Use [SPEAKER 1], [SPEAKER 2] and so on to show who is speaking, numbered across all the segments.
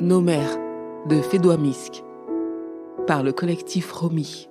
[SPEAKER 1] Nos mères de Fédois Misk par le collectif Romy.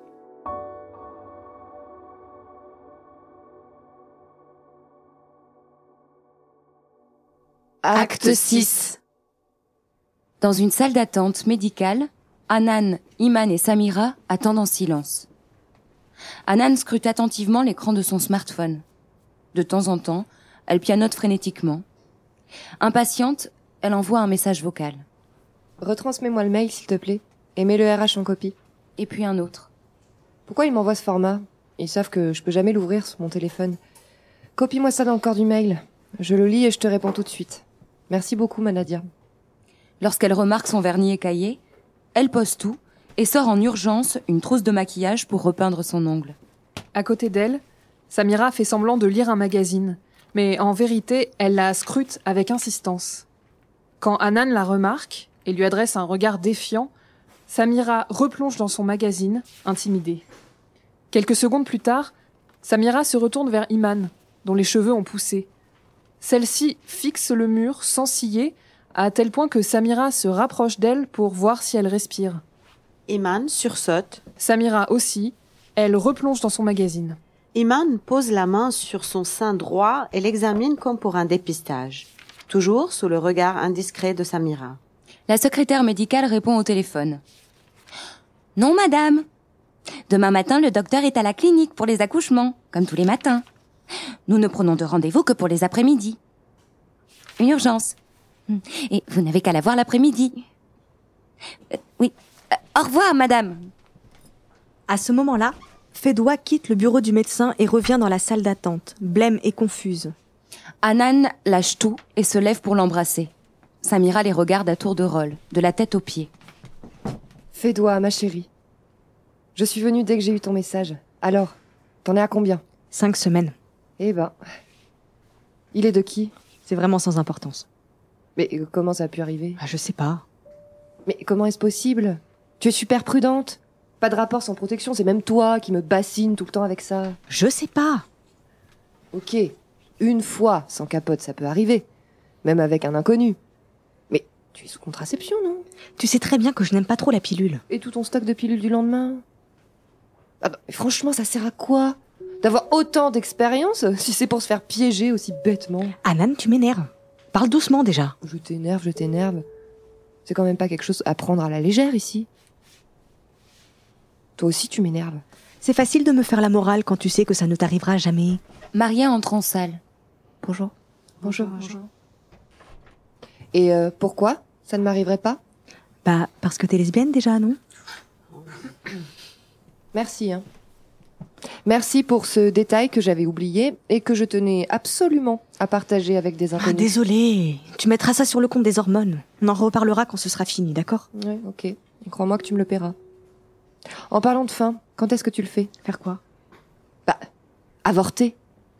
[SPEAKER 2] Acte 6. Dans une salle d'attente médicale, Hanan, Iman et Samira attendent en silence. Hanan scrute attentivement l'écran de son smartphone. De temps en temps, elle pianote frénétiquement. Impatiente, elle envoie un message vocal.
[SPEAKER 3] Retransmets-moi le mail, s'il te plaît, et mets le RH en copie.
[SPEAKER 2] Et puis un autre.
[SPEAKER 3] Pourquoi ils m'envoient ce format ? Ils savent que je peux jamais l'ouvrir sur mon téléphone. Copie-moi ça dans le corps du mail. Je le lis et je te réponds tout de suite. Merci beaucoup, Manadia.
[SPEAKER 2] Lorsqu'elle remarque son vernis écaillé, elle pose tout et sort en urgence une trousse de maquillage pour repeindre son ongle.
[SPEAKER 4] À côté d'elle, Samira fait semblant de lire un magazine, mais en vérité, elle la scrute avec insistance. Quand Hanan la remarque et lui adresse un regard défiant, Samira replonge dans son magazine, intimidée. Quelques secondes plus tard, Samira se retourne vers Iman, dont les cheveux ont poussé. Celle-ci fixe le mur sans ciller, à tel point que Samira se rapproche d'elle pour voir si elle respire.
[SPEAKER 5] Iman sursaute.
[SPEAKER 4] Samira aussi, elle replonge dans son magazine.
[SPEAKER 5] Iman pose la main sur son sein droit et l'examine comme pour un dépistage, toujours sous le regard indiscret de Samira.
[SPEAKER 2] La secrétaire médicale répond au téléphone. « Non, madame. Demain matin, le docteur est à la clinique pour les accouchements, comme tous les matins. Nous ne prenons de rendez-vous que pour les après-midi. Une urgence. Et vous n'avez qu'à la voir l'après-midi. Oui. Au revoir, madame. »
[SPEAKER 6] À ce moment-là, Fédois quitte le bureau du médecin et revient dans la salle d'attente, blême et confuse.
[SPEAKER 2] Hanan lâche tout et se lève pour l'embrasser. Samira les regarde à tour de rôle, de la tête aux pieds.
[SPEAKER 3] Fédois, ma chérie. Je suis venue dès que j'ai eu ton message. Alors, t'en es à combien ?
[SPEAKER 6] 5 semaines.
[SPEAKER 3] Eh ben... Il est de qui ?
[SPEAKER 6] C'est vraiment sans importance.
[SPEAKER 3] Mais comment ça a pu arriver ?
[SPEAKER 6] Je sais pas.
[SPEAKER 3] Mais comment est-ce possible ? Tu es super prudente. Pas de rapport sans protection, c'est même toi qui me bassine tout le temps avec ça.
[SPEAKER 6] Je sais pas.
[SPEAKER 3] Ok, une fois sans capote, ça peut arriver. Même avec un inconnu. Mais tu es sous contraception, non ?
[SPEAKER 6] Tu sais très bien que je n'aime pas trop la pilule.
[SPEAKER 3] Et tout ton stock de pilules du lendemain ? Ah bah, mais franchement, ça sert à quoi ? D'avoir autant d'expérience si c'est pour se faire piéger aussi bêtement.
[SPEAKER 6] Hanan, tu m'énerves. Parle doucement déjà.
[SPEAKER 3] Je t'énerve. C'est quand même pas quelque chose à prendre à la légère ici. Toi aussi, tu m'énerves.
[SPEAKER 6] C'est facile de me faire la morale quand tu sais que ça ne t'arrivera jamais.
[SPEAKER 2] Maria entre en salle.
[SPEAKER 3] Bonjour. Et pourquoi ça ne m'arriverait pas ?
[SPEAKER 6] Bah, parce que t'es lesbienne déjà, non ?
[SPEAKER 3] Merci, hein. Merci pour ce détail que j'avais oublié et que je tenais absolument à partager avec des inconnus.
[SPEAKER 6] Désolée. Tu mettras ça sur le compte des hormones. On en reparlera quand ce sera fini, d'accord ?
[SPEAKER 3] Ouais, ok. Et crois-moi que tu me le paieras. En parlant de faim, quand est-ce que tu le fais ?
[SPEAKER 6] Faire quoi ?
[SPEAKER 3] Bah, avorter.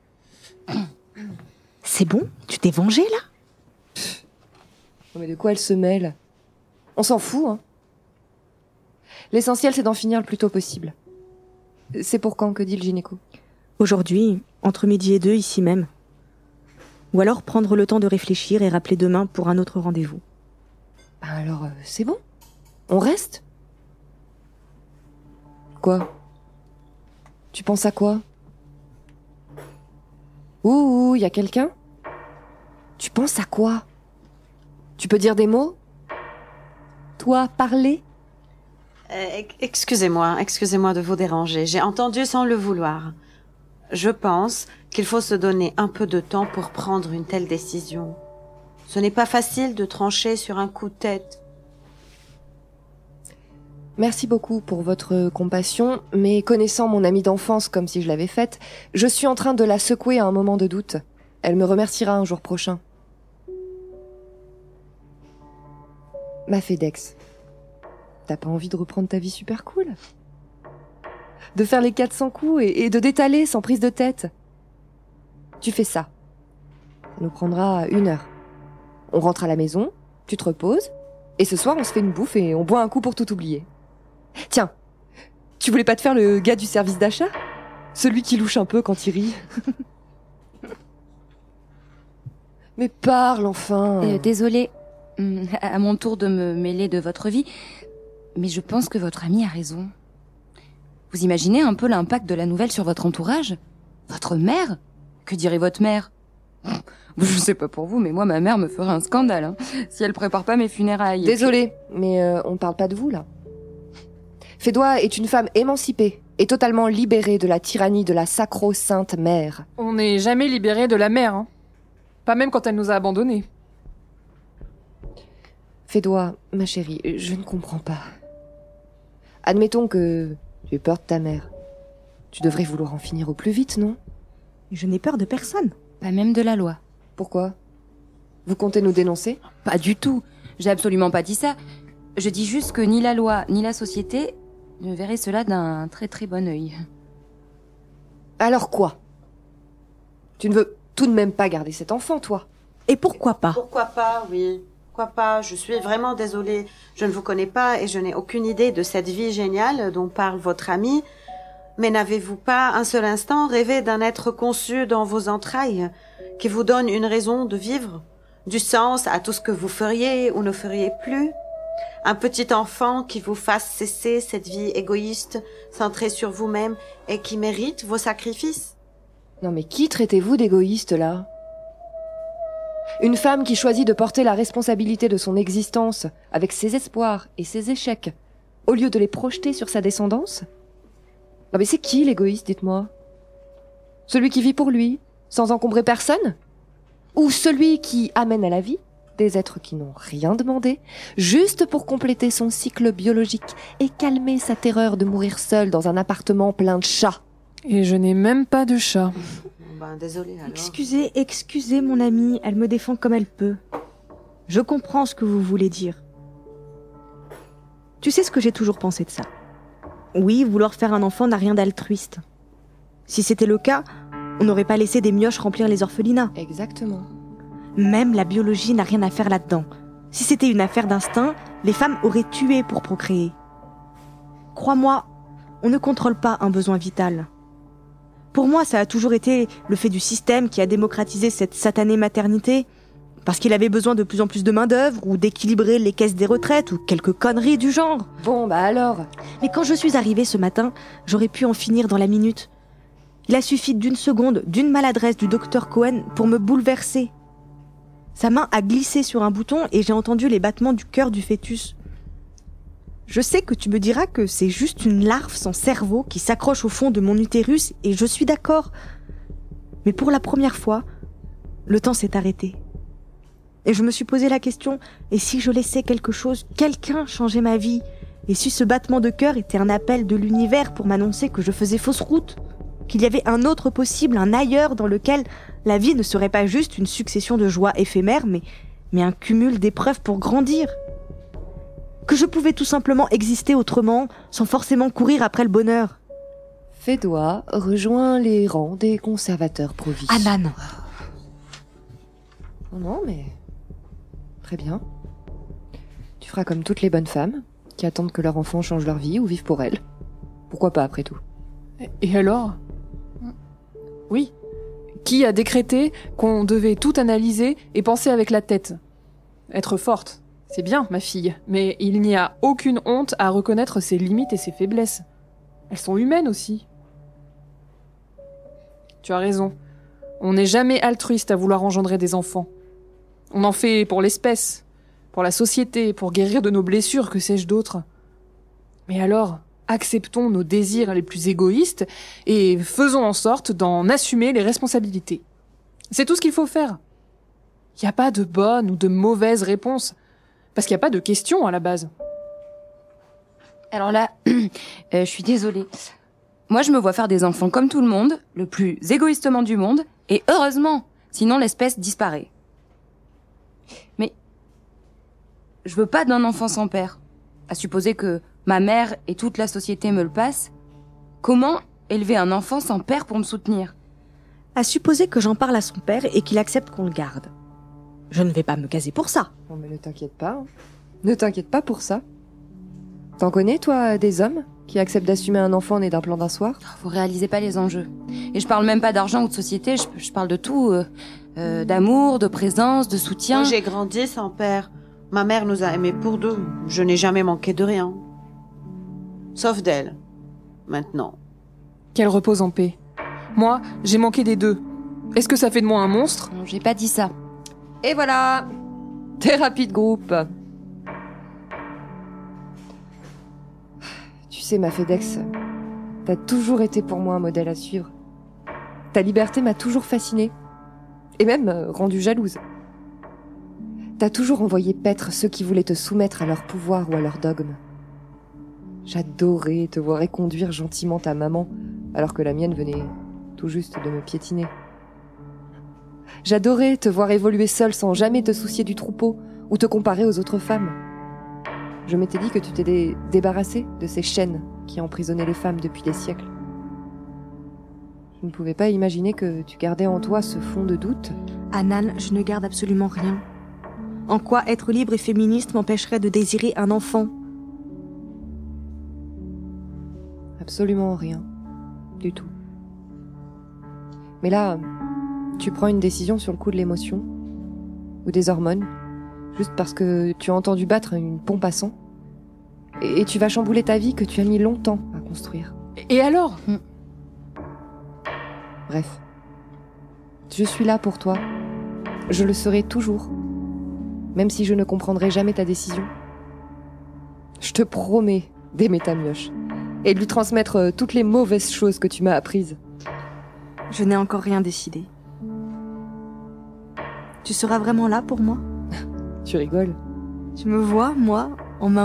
[SPEAKER 6] C'est bon ? Tu t'es vengée, là ?
[SPEAKER 3] Non mais de quoi elle se mêle ? On s'en fout, hein. L'essentiel, c'est d'en finir le plus tôt possible. C'est pour quand, que dit le gynéco ?
[SPEAKER 6] Aujourd'hui, entre 12h et 2, ici même. Ou alors prendre le temps de réfléchir et rappeler demain pour un autre rendez-vous.
[SPEAKER 3] Bah alors, c'est bon. On reste ? Quoi ? Tu penses à quoi ? Ouh, y a quelqu'un ? Tu penses à quoi ? Tu peux dire des mots ? Toi, parler ?
[SPEAKER 5] Excusez-moi de vous déranger. J'ai entendu sans le vouloir. Je pense qu'il faut se donner un peu de temps pour prendre une telle décision. Ce n'est pas facile de trancher sur un coup de tête.
[SPEAKER 3] Merci beaucoup pour votre compassion, mais connaissant mon amie d'enfance comme si je l'avais faite, je suis en train de la secouer à un moment de doute. Elle me remerciera un jour prochain. Ma Fédex, t'as pas envie de reprendre ta vie super cool ? De faire les 400 coups et de d'étaler sans prise de tête ? Tu fais ça. Ça nous prendra 1 heure. On rentre à la maison, tu te reposes, et ce soir on se fait une bouffe et on boit un coup pour tout oublier. Tiens, tu voulais pas te faire le gars du service d'achat ? Celui qui louche un peu quand il rit. Mais parle enfin.
[SPEAKER 2] Désolée, à mon tour de me mêler de votre vie, mais je pense que votre ami a raison. Vous imaginez un peu l'impact de la nouvelle sur votre entourage? Votre mère? Que dirait votre mère? Je sais pas pour vous, mais moi, ma mère me ferait un scandale, hein, si elle prépare pas mes funérailles.
[SPEAKER 3] Désolée, mais on parle pas de vous, là. Fédoie est une femme émancipée et totalement libérée de la tyrannie de la sacro-sainte mère.
[SPEAKER 4] On n'est jamais libéré de la mère, hein. Pas même quand elle nous a abandonnés.
[SPEAKER 3] Fédoie, ma chérie, je ne comprends pas. Admettons que tu aies peur de ta mère. Tu devrais vouloir en finir au plus vite, non?
[SPEAKER 6] Je n'ai peur de personne.
[SPEAKER 2] Pas même de la loi.
[SPEAKER 3] Pourquoi? Vous comptez nous dénoncer?
[SPEAKER 2] Pas du tout. J'ai absolument pas dit ça. Je dis juste que ni la loi, ni la société ne verraient cela d'un très très bon œil.
[SPEAKER 3] Alors quoi? Tu ne veux tout de même pas garder cet enfant, toi?
[SPEAKER 6] Et pourquoi pas?
[SPEAKER 5] Pourquoi pas, oui. Pourquoi pas? Je suis vraiment désolée. Je ne vous connais pas et je n'ai aucune idée de cette vie géniale dont parle votre ami. Mais n'avez-vous pas un seul instant rêvé d'un être conçu dans vos entrailles, qui vous donne une raison de vivre, du sens à tout ce que vous feriez ou ne feriez plus? Un petit enfant qui vous fasse cesser cette vie égoïste, centrée sur vous-même et qui mérite vos sacrifices?
[SPEAKER 3] Non mais qui traitez-vous d'égoïste, là? Une femme qui choisit de porter la responsabilité de son existence avec ses espoirs et ses échecs, au lieu de les projeter sur sa descendance? Non mais c'est qui l'égoïste, dites-moi? Celui qui vit pour lui, sans encombrer personne? Ou celui qui amène à la vie des êtres qui n'ont rien demandé, juste pour compléter son cycle biologique et calmer sa terreur de mourir seul dans un appartement plein de chats?
[SPEAKER 4] Et je n'ai même pas de chat.
[SPEAKER 5] Ben, désolée alors.
[SPEAKER 6] Excusez mon amie, elle me défend comme elle peut. Je comprends ce que vous voulez dire. Tu sais ce que j'ai toujours pensé de ça? Oui, vouloir faire un enfant n'a rien d'altruiste. Si c'était le cas, on n'aurait pas laissé des mioches remplir les orphelinats.
[SPEAKER 3] Exactement.
[SPEAKER 6] Même la biologie n'a rien à faire là-dedans. Si c'était une affaire d'instinct, les femmes auraient tué pour procréer. Crois-moi, on ne contrôle pas un besoin vital. Pour moi, ça a toujours été le fait du système qui a démocratisé cette satanée maternité, parce qu'il avait besoin de plus en plus de main-d'œuvre, ou d'équilibrer les caisses des retraites, ou quelques conneries du genre.
[SPEAKER 3] Bon, bah alors.
[SPEAKER 6] Mais quand je suis arrivée ce matin, j'aurais pu en finir dans la minute. Il a suffi d'une seconde, d'une maladresse du docteur Cohen pour me bouleverser. Sa main a glissé sur un bouton et j'ai entendu les battements du cœur du fœtus. Je sais que tu me diras que c'est juste une larve sans cerveau qui s'accroche au fond de mon utérus et je suis d'accord. Mais pour la première fois, le temps s'est arrêté. Et je me suis posé la question, et si je laissais quelque chose, quelqu'un changer ma vie? Et si ce battement de cœur était un appel de l'univers pour m'annoncer que je faisais fausse route? Qu'il y avait un autre possible, un ailleurs dans lequel la vie ne serait pas juste une succession de joies éphémères, mais un cumul d'épreuves pour grandir? Que je pouvais tout simplement exister autrement, sans forcément courir après le bonheur?
[SPEAKER 3] Fédoie rejoint les rangs des conservateurs pro-vie.
[SPEAKER 6] Anan.
[SPEAKER 3] Non, mais... Très bien. Tu feras comme toutes les bonnes femmes, qui attendent que leur enfant change leur vie ou vive pour elles. Pourquoi pas, après tout?
[SPEAKER 4] Et alors? Oui. Qui a décrété qu'on devait tout analyser et penser avec la tête? Être forte, c'est bien, ma fille, mais il n'y a aucune honte à reconnaître ses limites et ses faiblesses. Elles sont humaines aussi. Tu as raison. On n'est jamais altruiste à vouloir engendrer des enfants. On en fait pour l'espèce, pour la société, pour guérir de nos blessures, que sais-je d'autre. Mais alors, acceptons nos désirs les plus égoïstes et faisons en sorte d'en assumer les responsabilités. C'est tout ce qu'il faut faire. Il n'y a pas de bonne ou de mauvaise réponse, parce qu'il n'y a pas de question à la base.
[SPEAKER 2] Alors là, je suis désolée. Moi, je me vois faire des enfants comme tout le monde, le plus égoïstement du monde, et heureusement, sinon l'espèce disparaît. Mais je veux pas d'un enfant sans père. À supposer que ma mère et toute la société me le passent, comment élever un enfant sans père pour me soutenir?
[SPEAKER 6] À supposer que j'en parle à son père et qu'il accepte qu'on le garde. Je ne vais pas me caser pour ça.
[SPEAKER 3] Non mais ne t'inquiète pas. Hein. Ne t'inquiète pas pour ça. T'en connais, toi, des hommes qui acceptent d'assumer un enfant né d'un plan d'un soir?
[SPEAKER 2] Vous réalisez pas les enjeux. Et je parle même pas d'argent ou de société, je parle de tout. D'amour, de présence, de soutien.
[SPEAKER 5] Moi, j'ai grandi sans père. Ma mère nous a aimés pour deux. Je n'ai jamais manqué de rien. Sauf d'elle. Maintenant.
[SPEAKER 4] Qu'elle repose en paix. Moi, j'ai manqué des deux. Est-ce que ça fait de moi un monstre ?
[SPEAKER 2] Non, j'ai pas dit ça.
[SPEAKER 3] Et voilà, thérapie de groupe. Tu sais, ma Fedex, t'as toujours été pour moi un modèle à suivre. Ta liberté m'a toujours fascinée, et même rendue jalouse. T'as toujours envoyé paître ceux qui voulaient te soumettre à leur pouvoir ou à leur dogme. J'adorais te voir éconduire gentiment ta maman, alors que la mienne venait tout juste de me piétiner. J'adorais te voir évoluer seule sans jamais te soucier du troupeau ou te comparer aux autres femmes. Je m'étais dit que tu t'étais débarrassée de ces chaînes qui emprisonnaient les femmes depuis des siècles. Je ne pouvais pas imaginer que tu gardais en toi ce fond de doute.
[SPEAKER 6] Hanan, je ne garde absolument rien. En quoi être libre et féministe m'empêcherait de désirer un enfant ?
[SPEAKER 3] Absolument rien. Du tout. Mais là, tu prends une décision sur le coup de l'émotion ou des hormones, juste parce que tu as entendu battre une pompe à sang, et tu vas chambouler ta vie que tu as mis longtemps à construire.
[SPEAKER 4] Et alors ?
[SPEAKER 3] Bref. Je suis là pour toi. Je le serai toujours. Même si je ne comprendrai jamais ta décision. Je te promets d'aimer ta mioche et de lui transmettre toutes les mauvaises choses que tu m'as apprises.
[SPEAKER 6] Je n'ai encore rien décidé. Tu seras vraiment là pour moi ?
[SPEAKER 3] Tu rigoles.
[SPEAKER 6] Tu me vois, moi, en maman ?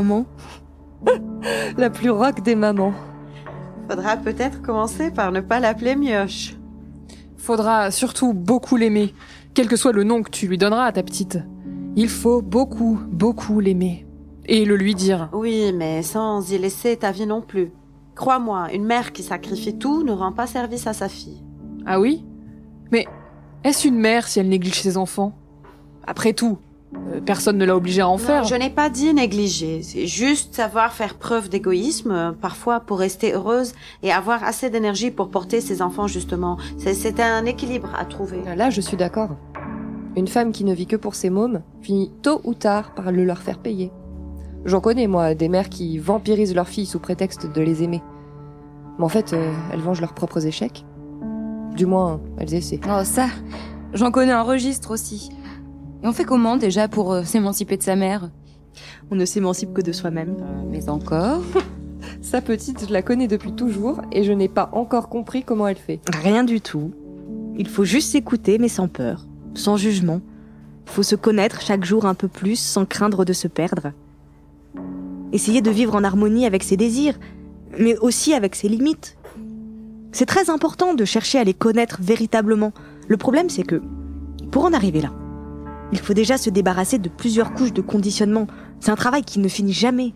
[SPEAKER 3] La plus rock des mamans.
[SPEAKER 5] Faudra peut-être commencer par ne pas l'appeler Mioche.
[SPEAKER 4] Faudra surtout beaucoup l'aimer, quel que soit le nom que tu lui donneras à ta petite. Il faut beaucoup, beaucoup l'aimer. Et le lui dire.
[SPEAKER 5] Oui, mais sans y laisser ta vie non plus. Crois-moi, une mère qui sacrifie tout ne rend pas service à sa fille.
[SPEAKER 4] Ah oui ? Mais est-ce une mère si elle néglige ses enfants ? Après tout, personne ne l'a obligée à en faire.
[SPEAKER 5] Non, je n'ai pas dit négliger. C'est juste savoir faire preuve d'égoïsme, parfois pour rester heureuse et avoir assez d'énergie pour porter ses enfants, justement. C'est un équilibre à trouver.
[SPEAKER 3] Là, je suis d'accord. Une femme qui ne vit que pour ses mômes finit tôt ou tard par le leur faire payer. J'en connais, moi, des mères qui vampirisent leurs filles sous prétexte de les aimer. Mais en fait, elles vengent leurs propres échecs. Du moins, elles essaient.
[SPEAKER 2] Oh ça, j'en connais un registre aussi. Et on fait comment déjà pour s'émanciper de sa mère ?
[SPEAKER 6] On ne s'émancipe que de soi-même.
[SPEAKER 2] Mais encore ?
[SPEAKER 3] Sa petite, je la connais depuis toujours et je n'ai pas encore compris comment elle fait.
[SPEAKER 6] Rien du tout. Il faut juste s'écouter, mais sans peur, sans jugement. Il faut se connaître chaque jour un peu plus, sans craindre de se perdre. Essayer de vivre en harmonie avec ses désirs, mais aussi avec ses limites. C'est très important de chercher à les connaître véritablement. Le problème, c'est que, pour en arriver là, il faut déjà se débarrasser de plusieurs couches de conditionnement. C'est un travail qui ne finit jamais.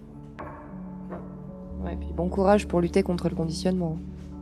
[SPEAKER 3] Ouais, puis bon courage pour lutter contre le conditionnement.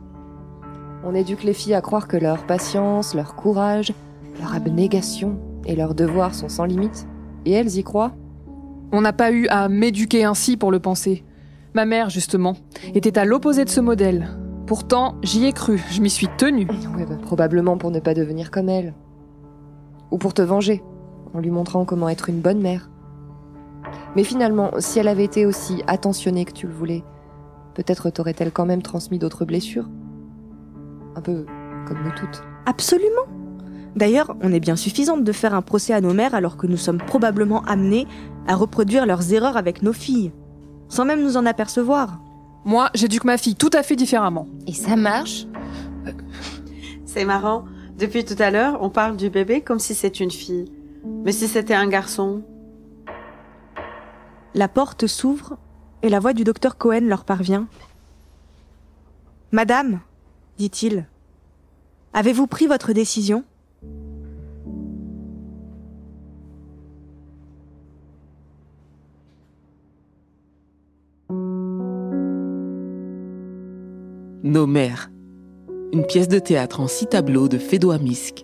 [SPEAKER 3] On éduque les filles à croire que leur patience, leur courage, leur abnégation et leurs devoirs sont sans limite. Et elles y croient.
[SPEAKER 4] On n'a pas eu à m'éduquer ainsi pour le penser. Ma mère, justement, était à l'opposé de ce modèle. Pourtant, j'y ai cru, je m'y suis tenue.
[SPEAKER 3] Ouais, probablement pour ne pas devenir comme elle. Ou pour te venger, en lui montrant comment être une bonne mère. Mais finalement, si elle avait été aussi attentionnée que tu le voulais, peut-être t'aurait-elle quand même transmis d'autres blessures. Un peu comme nous toutes.
[SPEAKER 6] Absolument. D'ailleurs, on est bien suffisante de faire un procès à nos mères alors que nous sommes probablement amenés à reproduire leurs erreurs avec nos filles, sans même nous en apercevoir.
[SPEAKER 4] Moi, j'éduque ma fille tout à fait différemment.
[SPEAKER 2] Et ça marche ?
[SPEAKER 5] C'est marrant. Depuis tout à l'heure, on parle du bébé comme si c'est une fille. Mais si c'était un garçon ?
[SPEAKER 6] La porte s'ouvre et la voix du docteur Cohen leur parvient. « Madame, dit-il, avez-vous pris votre décision ? »
[SPEAKER 1] Nos mères. Une pièce de théâtre en 6 tableaux de Fédois Misc.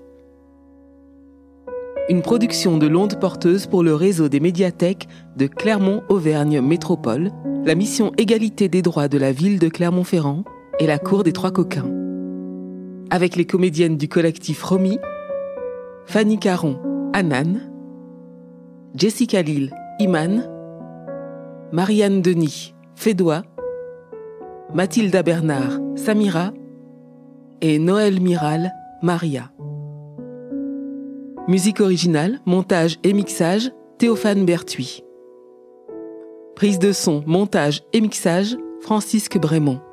[SPEAKER 1] Une production de l'Onde Porteuse pour le réseau des médiathèques de Clermont-Auvergne Métropole, la mission égalité des droits de la ville de Clermont-Ferrand et la Cour des Trois Coquins. Avec les comédiennes du collectif Romy, Fanny Caron, Hanan, Jessica Lille, Iman, Marianne Denis, Fédois, Mathilda Bernard, Samira et Noël Miral, Maria. Musique originale, montage et mixage, Théophane Berthuis. Prise de son, montage et mixage, Francisque Brémond.